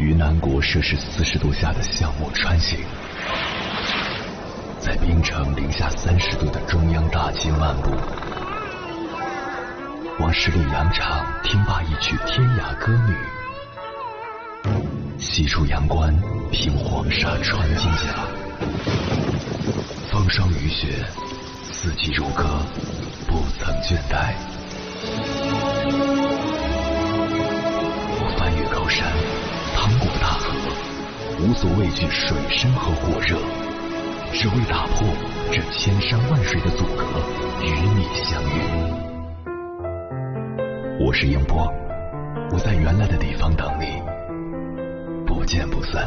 于南国摄氏40度下的项目穿行，在冰城零下30度的中央大街漫步，往十里洋场听罢一曲天涯歌女，西出阳关凭黄沙穿金甲，风霜雨雪四季如歌，不曾倦怠。我翻越高山，趟过大河，无所畏惧水深和火热，只为打破这千山万水的阻隔，与你相遇。我是英波，我在原来的地方等你，不见不散。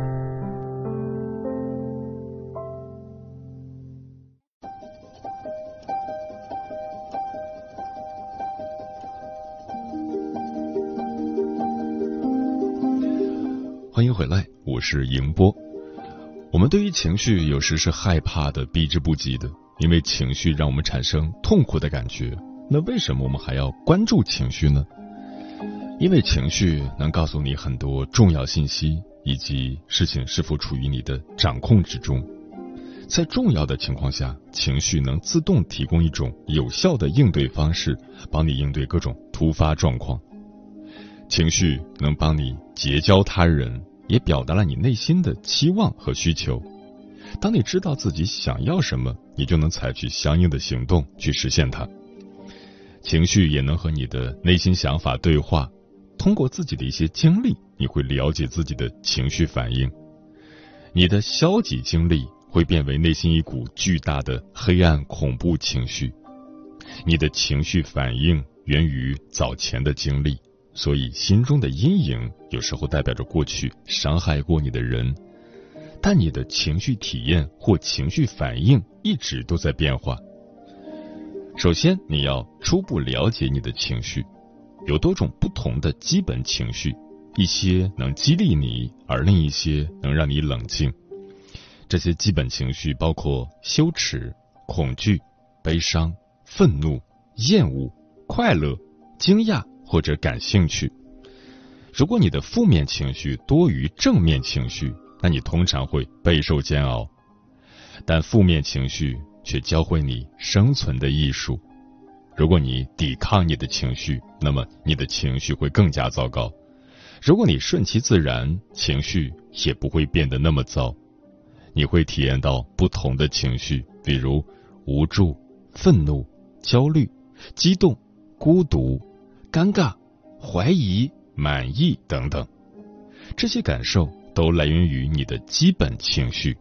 欢迎回来，我是迎波。我们对于情绪有时是害怕的，避之不及的，因为情绪让我们产生痛苦的感觉。那为什么我们还要关注情绪呢？因为情绪能告诉你很多重要信息，以及事情是否处于你的掌控之中。在重要的情况下，情绪能自动提供一种有效的应对方式，帮你应对各种突发状况。情绪能帮你结交他人，也表达了你内心的期望和需求。当你知道自己想要什么，你就能采取相应的行动去实现它。情绪也能和你的内心想法对话，通过自己的一些经历，你会了解自己的情绪反应。你的消极经历会变为内心一股巨大的黑暗恐怖情绪。你的情绪反应源于早前的经历，所以心中的阴影有时候代表着过去伤害过你的人，但你的情绪体验或情绪反应一直都在变化。首先，你要初步了解你的情绪，有多种不同的基本情绪，一些能激励你，而另一些能让你冷静。这些基本情绪包括羞耻、恐惧、悲伤、愤怒、厌恶、快乐、惊讶或者感兴趣。如果你的负面情绪多于正面情绪，那你通常会备受煎熬。但负面情绪却教会你生存的艺术。如果你抵抗你的情绪，那么你的情绪会更加糟糕。如果你顺其自然，情绪也不会变得那么糟。你会体验到不同的情绪，比如无助、愤怒、焦虑、激动、孤独、尴尬、怀疑、满意等等。这些感受都来源于你的基本情绪。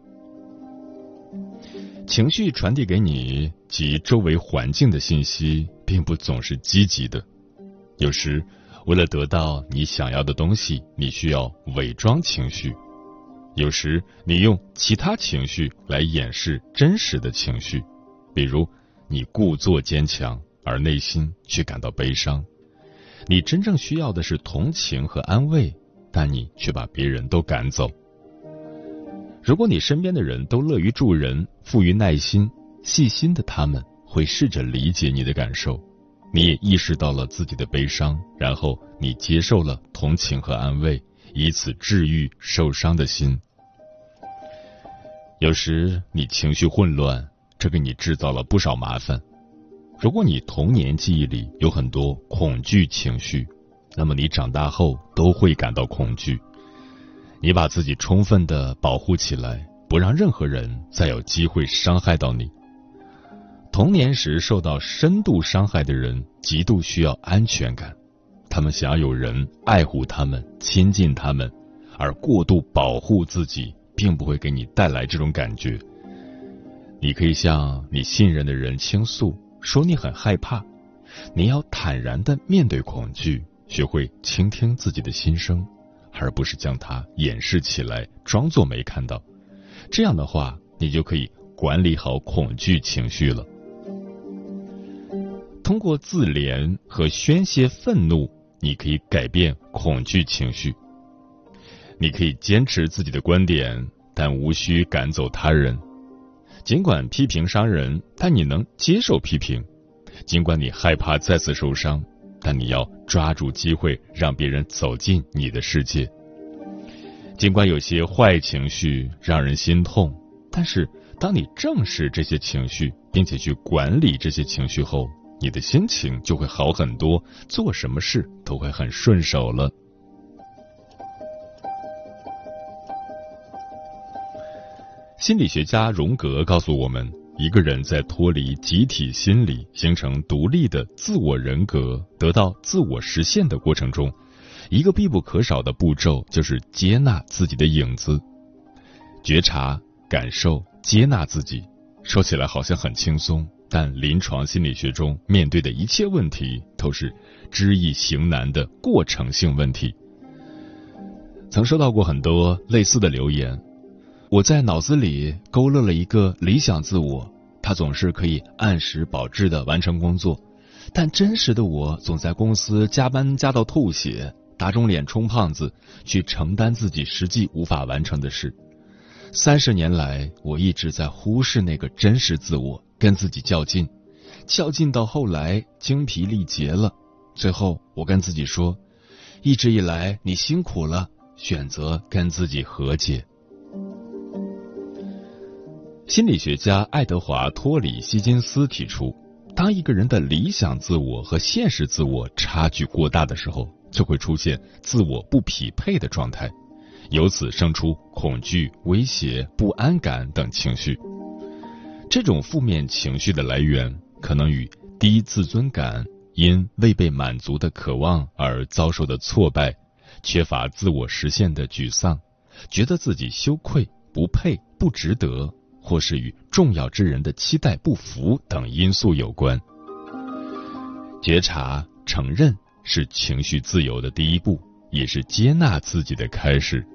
情绪传递给你及周围环境的信息并不总是积极的。有时，为了得到你想要的东西，你需要伪装情绪；有时，你用其他情绪来掩饰真实的情绪，比如你故作坚强，而内心却感到悲伤。你真正需要的是同情和安慰，但你却把别人都赶走。如果你身边的人都乐于助人，富于耐心、细心的，他们会试着理解你的感受，你也意识到了自己的悲伤，然后你接受了同情和安慰，以此治愈受伤的心。有时你情绪混乱，这给你制造了不少麻烦。如果你童年记忆里有很多恐惧情绪，那么你长大后都会感到恐惧。你把自己充分地保护起来，不让任何人再有机会伤害到你。童年时受到深度伤害的人极度需要安全感，他们想要有人爱护他们、亲近他们，而过度保护自己并不会给你带来这种感觉。你可以向你信任的人倾诉，说你很害怕，你要坦然地面对恐惧，学会倾听自己的心声，而不是将它掩饰起来，装作没看到。这样的话，你就可以管理好恐惧情绪了。通过自怜和宣泄愤怒，你可以改变恐惧情绪。你可以坚持自己的观点，但无需赶走他人。尽管批评伤人，但你能接受批评。尽管你害怕再次受伤，但你要抓住机会让别人走进你的世界。 尽管有些坏情绪让人心痛，但是当你正视这些情绪，并且去管理这些情绪后，你的心情就会好很多，做什么事都会很顺手了。心理学家荣格告诉我们，一个人在脱离集体心理，形成独立的自我人格，得到自我实现的过程中，一个必不可少的步骤就是接纳自己的影子。觉察、感受、接纳自己，说起来好像很轻松，但临床心理学中面对的一切问题都是知易行难的过程性问题。曾收到过很多类似的留言，我在脑子里勾勒了一个理想自我，他总是可以按时保质地完成工作，但真实的我总在公司加班加到吐血，打肿脸充胖子，去承担自己实际无法完成的事。30年来，我一直在忽视那个真实自我，跟自己较劲，较劲到后来精疲力竭了。最后我跟自己说，一直以来你辛苦了，选择跟自己和解。心理学家爱德华·托里希金斯提出，当一个人的理想自我和现实自我差距过大的时候，就会出现自我不匹配的状态，由此生出恐惧、威胁、不安感等情绪。这种负面情绪的来源可能与低自尊感、因未被满足的渴望而遭受的挫败、缺乏自我实现的沮丧、觉得自己羞愧、不配、不值得，或是与重要之人的期待不符等因素有关。觉察、承认是情绪自由的第一步，也是接纳自己的开始。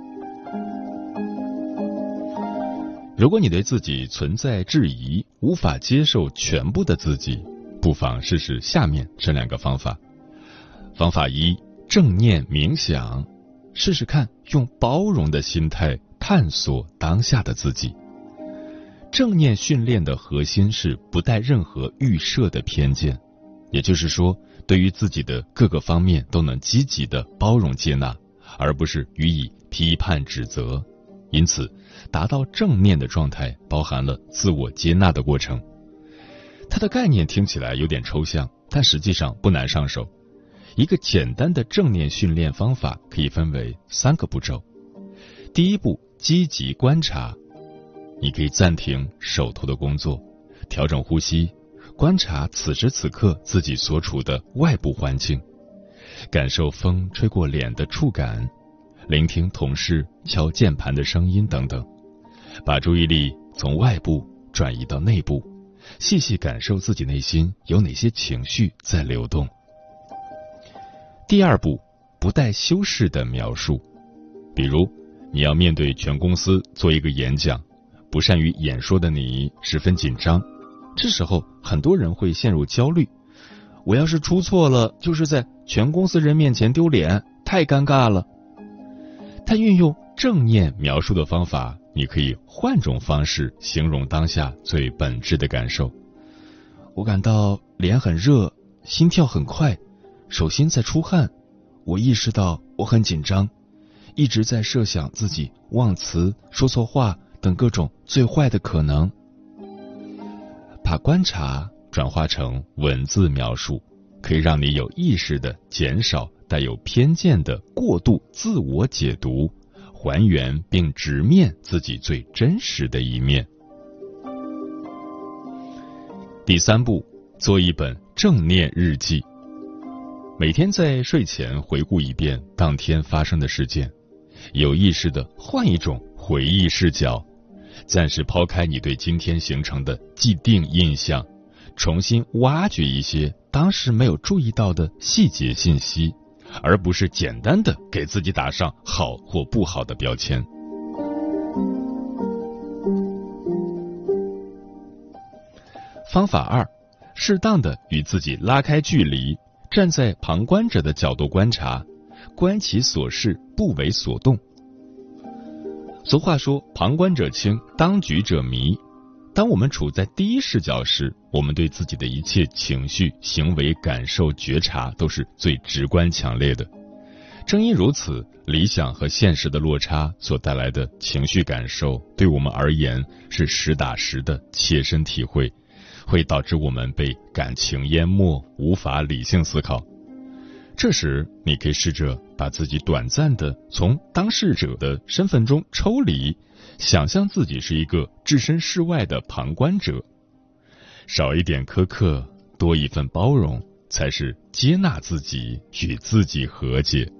如果你对自己存在质疑，无法接受全部的自己，不妨试试下面这2个方法。方法1，正念冥想，试试看用包容的心态探索当下的自己。正念训练的核心是不带任何预设的偏见，也就是说，对于自己的各个方面都能积极的包容接纳，而不是予以批判指责。因此，达到正念的状态包含了自我接纳的过程。它的概念听起来有点抽象，但实际上不难上手。一个简单的正念训练方法可以分为3个步骤。第一步，积极观察。你可以暂停手头的工作，调整呼吸，观察此时此刻自己所处的外部环境，感受风吹过脸的触感，聆听同事敲键盘的声音等等，把注意力从外部转移到内部，细细感受自己内心有哪些情绪在流动。第二步，不带修饰的描述。比如，你要面对全公司做一个演讲，不善于演说的你十分紧张，这时候很多人会陷入焦虑，我要是出错了，就是在全公司人面前丢脸，太尴尬了。但运用正念描述的方法，你可以换种方式形容当下最本质的感受。我感到脸很热，心跳很快，手心在出汗，我意识到我很紧张，一直在设想自己忘词、说错话等各种最坏的可能。把观察转化成文字描述，可以让你有意识地减少带有偏见的过度自我解读，还原并直面自己最真实的一面。第3步，做一本正念日记。每天在睡前回顾一遍当天发生的事件，有意识地换一种回忆视角，暂时抛开你对今天形成的既定印象，重新挖掘一些当时没有注意到的细节信息，而不是简单的给自己打上好或不好的标签。方法2，适当的与自己拉开距离，站在旁观者的角度观察，观其所事，不为所动。俗话说，旁观者清，当局者迷。当我们处在第一视角时，我们对自己的一切情绪、行为、感受、觉察都是最直观强烈的。 正因如此，理想和现实的落差所带来的情绪感受，对我们而言是实打实的切身体会，会导致我们被感情淹没，无法理性思考。这时，你可以试着把自己短暂的从当事者的身份中抽离，想象自己是一个置身事外的旁观者，少一点苛刻，多一份包容，才是接纳自己，与自己和解。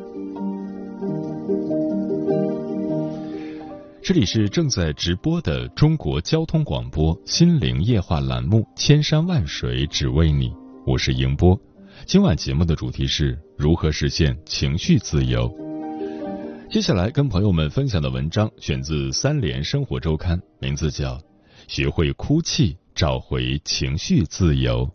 这里是正在直播的中国交通广播心灵夜话栏目《千山万水只为你》，我是迎波。今晚节目的主题是如何实现情绪自由。接下来跟朋友们分享的文章选自三联生活周刊，名字叫《学会哭泣，找回情绪自由》。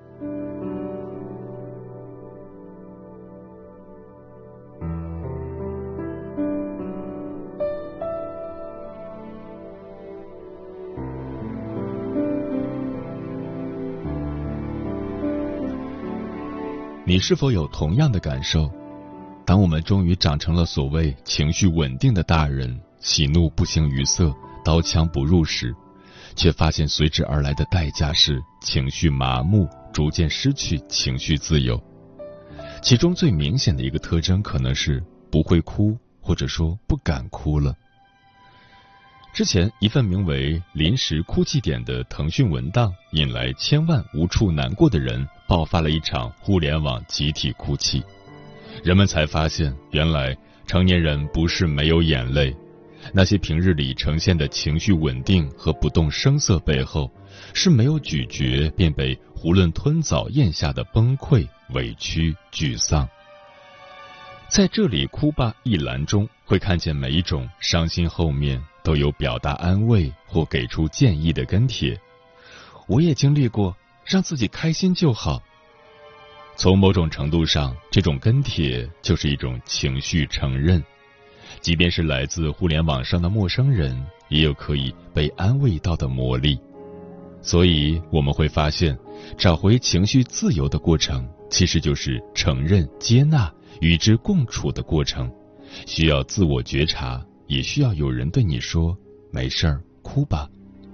你是否有同样的感受？当我们终于长成了所谓情绪稳定的大人，喜怒不形于色，刀枪不入时，却发现随之而来的代价是情绪麻木，逐渐失去情绪自由。其中最明显的一个特征可能是不会哭，或者说不敢哭了。之前一份名为临时哭泣点的腾讯文档，引来千万无处难过的人，爆发了一场互联网集体哭泣。人们才发现，原来成年人不是没有眼泪，那些平日里呈现的情绪稳定和不动声色背后，是没有咀嚼便被囫囵吞枣咽下的崩溃、委屈、沮丧。在这里哭吧一栏中，会看见每一种伤心后面都有表达安慰或给出建议的跟帖。我也经历过，让自己开心就好。从某种程度上，这种跟帖就是一种情绪承认，即便是来自互联网上的陌生人，也有可以被安慰到的魔力。所以我们会发现，找回情绪自由的过程，其实就是承认、接纳、与之共处的过程，需要自我觉察，也需要有人对你说没事儿，哭吧。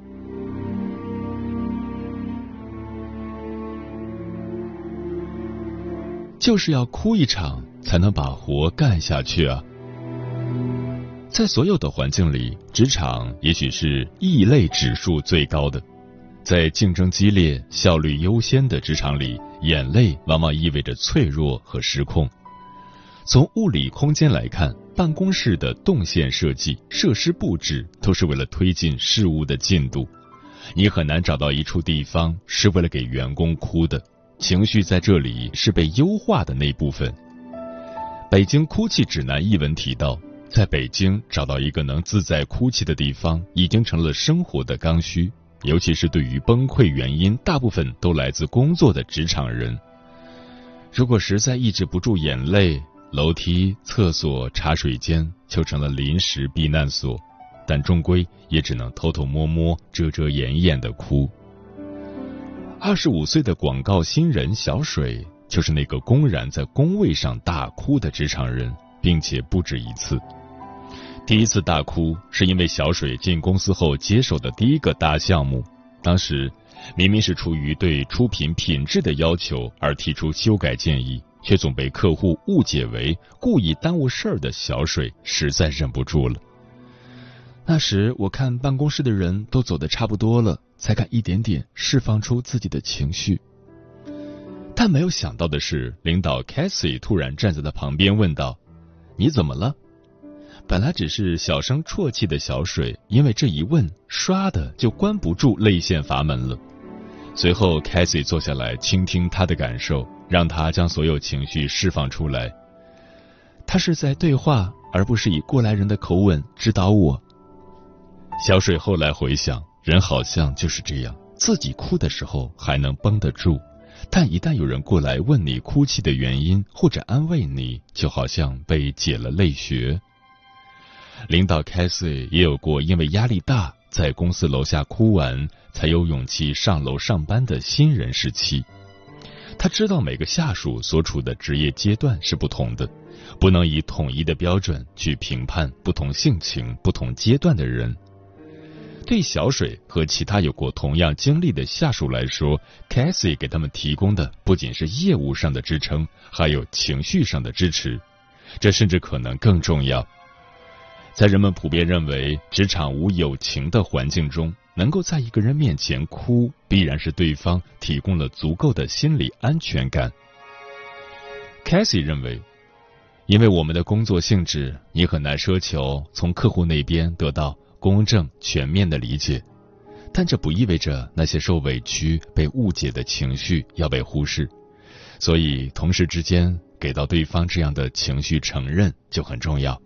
就是要哭一场，才能把活干下去啊！在所有的环境里，职场也许是异类指数最高的。在竞争激烈、效率优先的职场里，眼泪往往意味着脆弱和失控。从物理空间来看，办公室的动线设计、设施布置都是为了推进事务的进度。你很难找到一处地方是为了给员工哭的，情绪在这里是被优化的那部分。北京哭泣指南一文提到，在北京找到一个能自在哭泣的地方，已经成了生活的刚需，尤其是对于崩溃原因大部分都来自工作的职场人。如果实在抑制不住眼泪，楼梯、厕所、茶水间就成了临时避难所，但终归也只能偷偷摸摸、遮遮掩掩地哭。25岁的广告新人小水，就是那个公然在工位上大哭的职场人，并且不止一次。第一次大哭是因为小水进公司后接手的第一个大项目，当时明明是出于对出品品质的要求而提出修改建议，却总被客户误解为故意耽误事儿的小水实在忍不住了。那时我看办公室的人都走得差不多了，才敢一点点释放出自己的情绪。但没有想到的是，领导 Cassie 突然站在他旁边问道：“你怎么了？”本来只是小声啜泣的小水，因为这一问，唰的就关不住泪腺阀门了。随后 Cassie 坐下来倾听他的感受，让他将所有情绪释放出来。他是在对话，而不是以过来人的口吻指导我。小水后来回想，人好像就是这样，自己哭的时候还能绷得住，但一旦有人过来问你哭泣的原因或者安慰你，就好像被解了泪穴。领导 Cassie 也有过因为压力大，在公司楼下哭完才有勇气上楼上班的新人时期。 他知道每个下属所处的职业阶段是不同的，不能以统一的标准去评判不同性情、不同阶段的人。对小水和其他有过同样经历的下属来说， Cassie 给他们提供的不仅是业务上的支撑，还有情绪上的支持，这甚至可能更重要。在人们普遍认为职场无友情的环境中，能够在一个人面前哭，必然是对方提供了足够的心理安全感。Cassie 认为，因为我们的工作性质，你很难奢求从客户那边得到公正全面的理解，但这不意味着那些受委屈、被误解的情绪要被忽视，所以同事之间给到对方这样的情绪承认就很重要。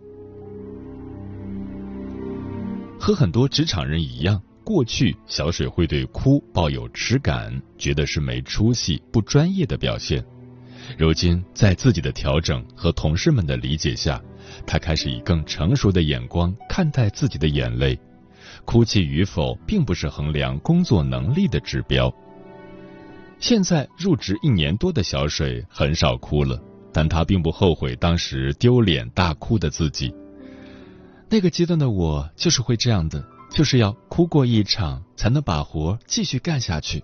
和很多职场人一样，过去小水会对哭抱有耻感，觉得是没出息、不专业的表现。如今在自己的调整和同事们的理解下，他开始以更成熟的眼光看待自己的眼泪，哭泣与否并不是衡量工作能力的指标。现在入职1年多的小水很少哭了，但他并不后悔当时丢脸大哭的自己。那个阶段的我就是会这样的，就是要哭过一场才能把活继续干下去。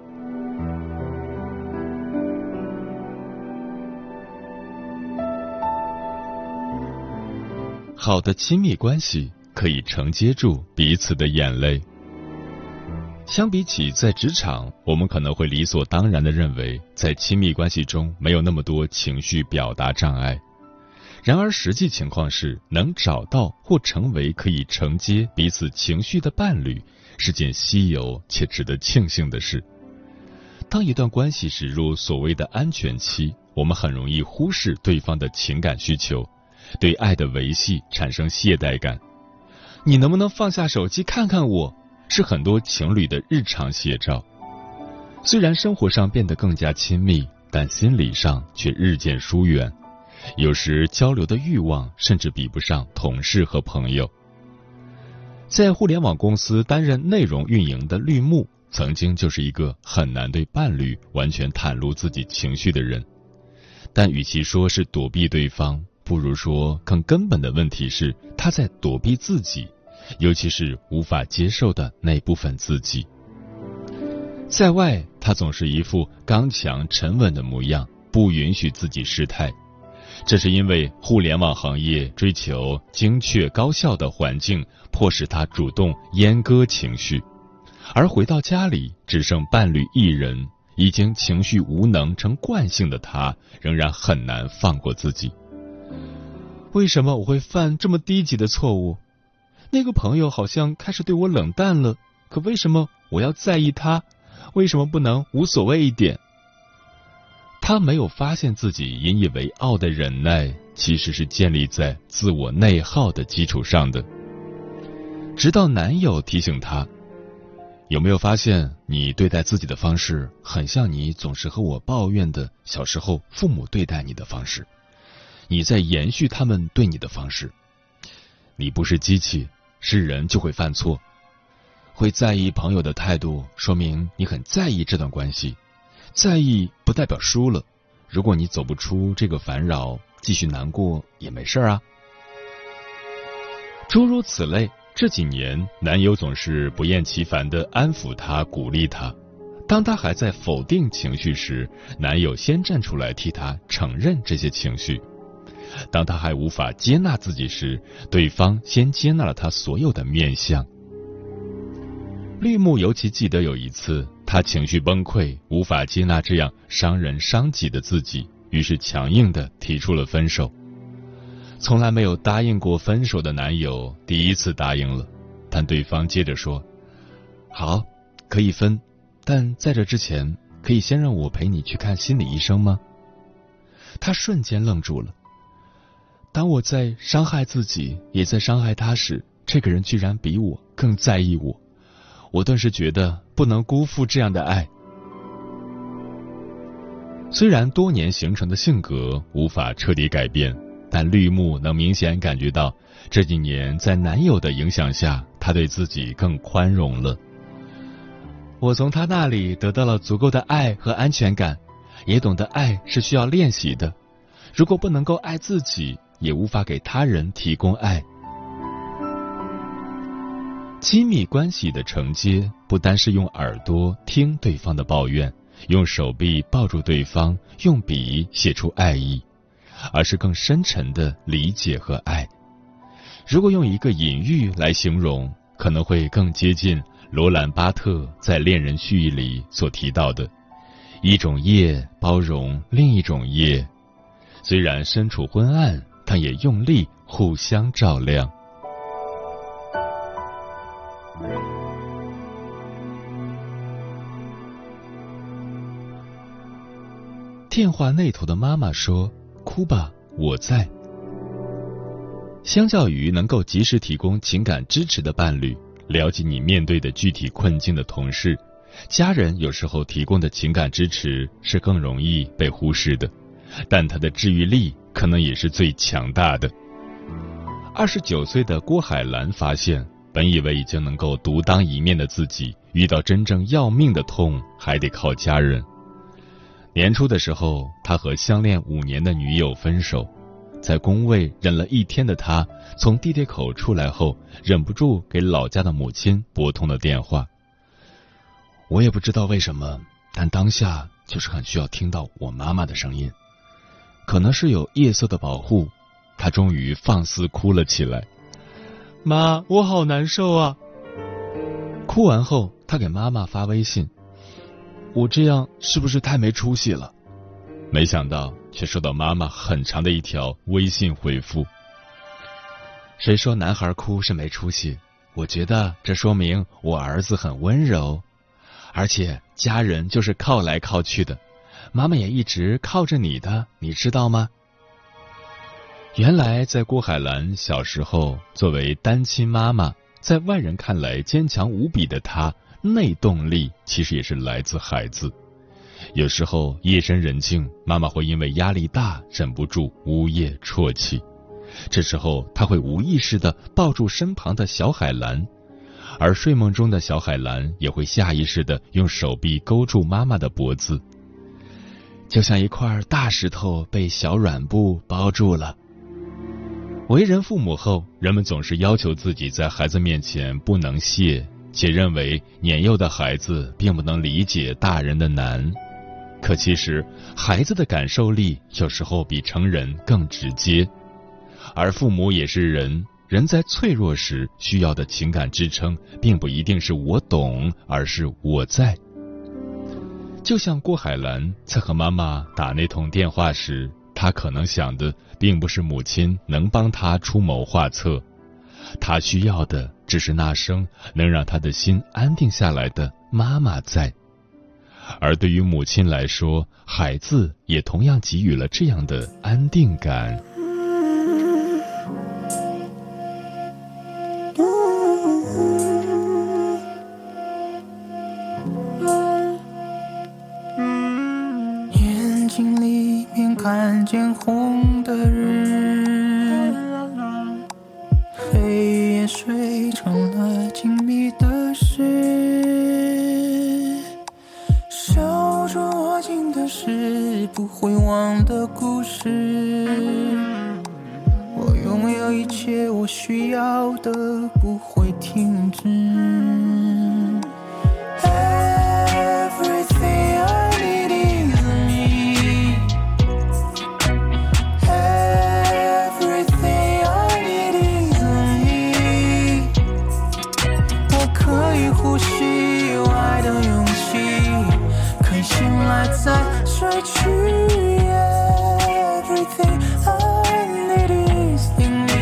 好的亲密关系可以承接住彼此的眼泪。相比起在职场，我们可能会理所当然地认为，在亲密关系中没有那么多情绪表达障碍。然而实际情况是，能找到或成为可以承接彼此情绪的伴侣，是件稀有且值得庆幸的事。当一段关系驶入所谓的安全期，我们很容易忽视对方的情感需求，对爱的维系产生懈怠感。你能不能放下手机看看我，是很多情侣的日常写照。虽然生活上变得更加亲密，但心理上却日渐疏远。有时交流的欲望甚至比不上同事和朋友。在互联网公司担任内容运营的绿幕，曾经就是一个很难对伴侣完全袒露自己情绪的人。但与其说是躲避对方，不如说更根本的问题是他在躲避自己，尤其是无法接受的那部分自己。在外，他总是一副刚强沉稳的模样，不允许自己失态。这是因为互联网行业追求精确高效的环境，迫使他主动阉割情绪，而回到家里只剩伴侣一人，已经情绪无能成惯性的他，仍然很难放过自己。为什么我会犯这么低级的错误？那个朋友好像开始对我冷淡了，可为什么我要在意他？为什么不能无所谓一点？他没有发现自己引以为傲的忍耐，其实是建立在自我内耗的基础上的。直到男友提醒他，有没有发现你对待自己的方式很像你总是和我抱怨的小时候父母对待你的方式，你在延续他们对你的方式。你不是机器，是人就会犯错。会在意朋友的态度，说明你很在意这段关系。在意不代表输了，如果你走不出这个烦扰，继续难过也没事啊。诸如此类，这几年男友总是不厌其烦地安抚她，鼓励她。当她还在否定情绪时，男友先站出来替她承认这些情绪。当她还无法接纳自己时，对方先接纳了她所有的面相。绿幕尤其记得有一次，他情绪崩溃，无法接纳这样伤人伤己的自己，于是强硬地提出了分手。从来没有答应过分手的男友第一次答应了，但对方接着说：好，可以分，但在这之前可以先让我陪你去看心理医生吗？他瞬间愣住了。当我在伤害自己也在伤害他时，这个人居然比我更在意我。我顿时觉得不能辜负这样的爱。虽然多年形成的性格无法彻底改变，但绿幕能明显感觉到这几年在男友的影响下，她对自己更宽容了。我从他那里得到了足够的爱和安全感， 也懂得爱是需要练习的。如果不能够爱自己，也无法给他人提供爱。亲密关系的承接，不单是用耳朵听对方的抱怨，用手臂抱住对方，用笔写出爱意，而是更深沉的理解和爱。如果用一个隐喻来形容，可能会更接近罗兰·巴特在《恋人絮语》里所提到的一种夜包容另一种夜，虽然身处昏暗，但也用力互相照亮。电话那头的妈妈说：“哭吧，我在。”相较于能够及时提供情感支持的伴侣，了解你面对的具体困境的同事，家人有时候提供的情感支持是更容易被忽视的，但它的治愈力可能也是最强大的。29岁的郭海兰发现，本以为已经能够独当一面的自己，遇到真正要命的痛，还得靠家人。年初的时候，他和相恋5年的女友分手，在工位忍了1天的他，从地铁口出来后，忍不住给老家的母亲拨通了电话。我也不知道为什么，但当下就是很需要听到我妈妈的声音。可能是有夜色的保护，他终于放肆哭了起来。妈，我好难受啊！哭完后，他给妈妈发微信，我这样是不是太没出息了？没想到却收到妈妈很长的一条微信回复。谁说男孩哭是没出息？我觉得这说明我儿子很温柔，而且家人就是靠来靠去的，妈妈也一直靠着你的，你知道吗？原来在郭海兰小时候，作为单亲妈妈，在外人看来坚强无比的她，内动力其实也是来自孩子。有时候夜深人静，妈妈会因为压力大忍不住呜咽啜泣，这时候她会无意识地抱住身旁的小海兰，而睡梦中的小海兰也会下意识地用手臂勾住妈妈的脖子，就像一块大石头被小软布包住了。为人父母后，人们总是要求自己在孩子面前不能泄，且认为年幼的孩子并不能理解大人的难。可其实孩子的感受力有时候比成人更直接，而父母也是人，人在脆弱时需要的情感支撑并不一定是我懂，而是我在。就像郭海兰在和妈妈打那通电话时，她可能想的并不是母亲能帮她出谋划策，她需要的只是那声能让她的心安定下来的妈妈在。而对于母亲来说，孩子也同样给予了这样的安定感。 眼睛里面看见红的日，黑夜水成了紧密的事，守住握紧的是不会忘的故事。我拥有一切我需要的，不会停止。Everything I need is me. Everything I need is me. 我可以呼吸有爱的勇气，可以醒来再睡去。Everything I need is in me.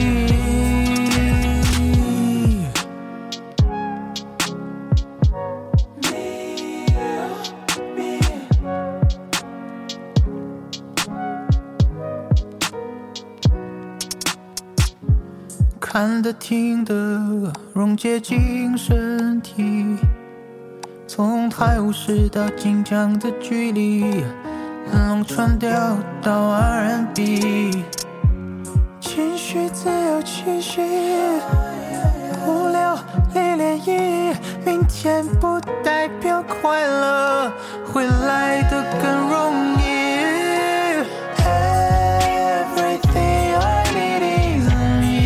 看的听的融接近身体，从泰晤士到晋江的距离，龙船调到 R&B， 情绪自由气息，无聊历练意义， 明天不代表快乐会来得更容易。Everything I need is me.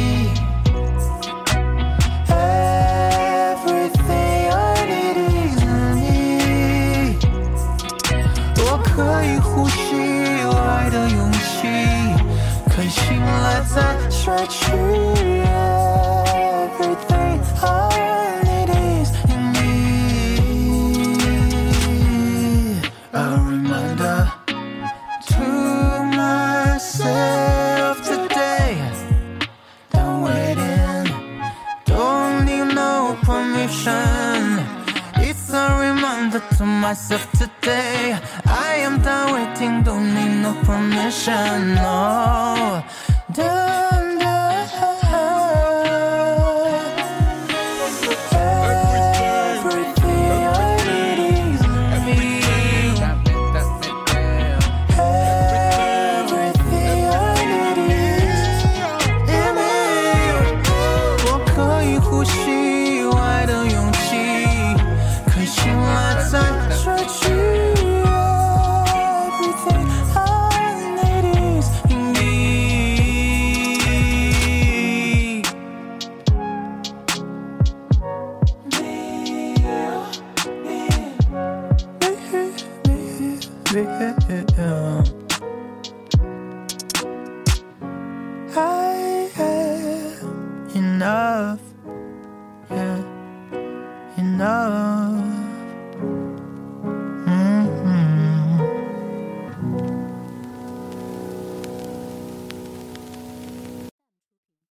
Everything I need is me. 我可以呼吸爱的勇气，可醒来再睡去。Everything I need is in me. A reminder to myself today. Don't waiting, don't need no permission. It's a reminder to myself today. I am done waiting, don't need no permission. No. Dun, dun. Everything I need is me. Everything I need is in me. 我可以呼吸爱的勇气，可以醒来再睡去。Everything I need is in me. I am enough, yeah, enough.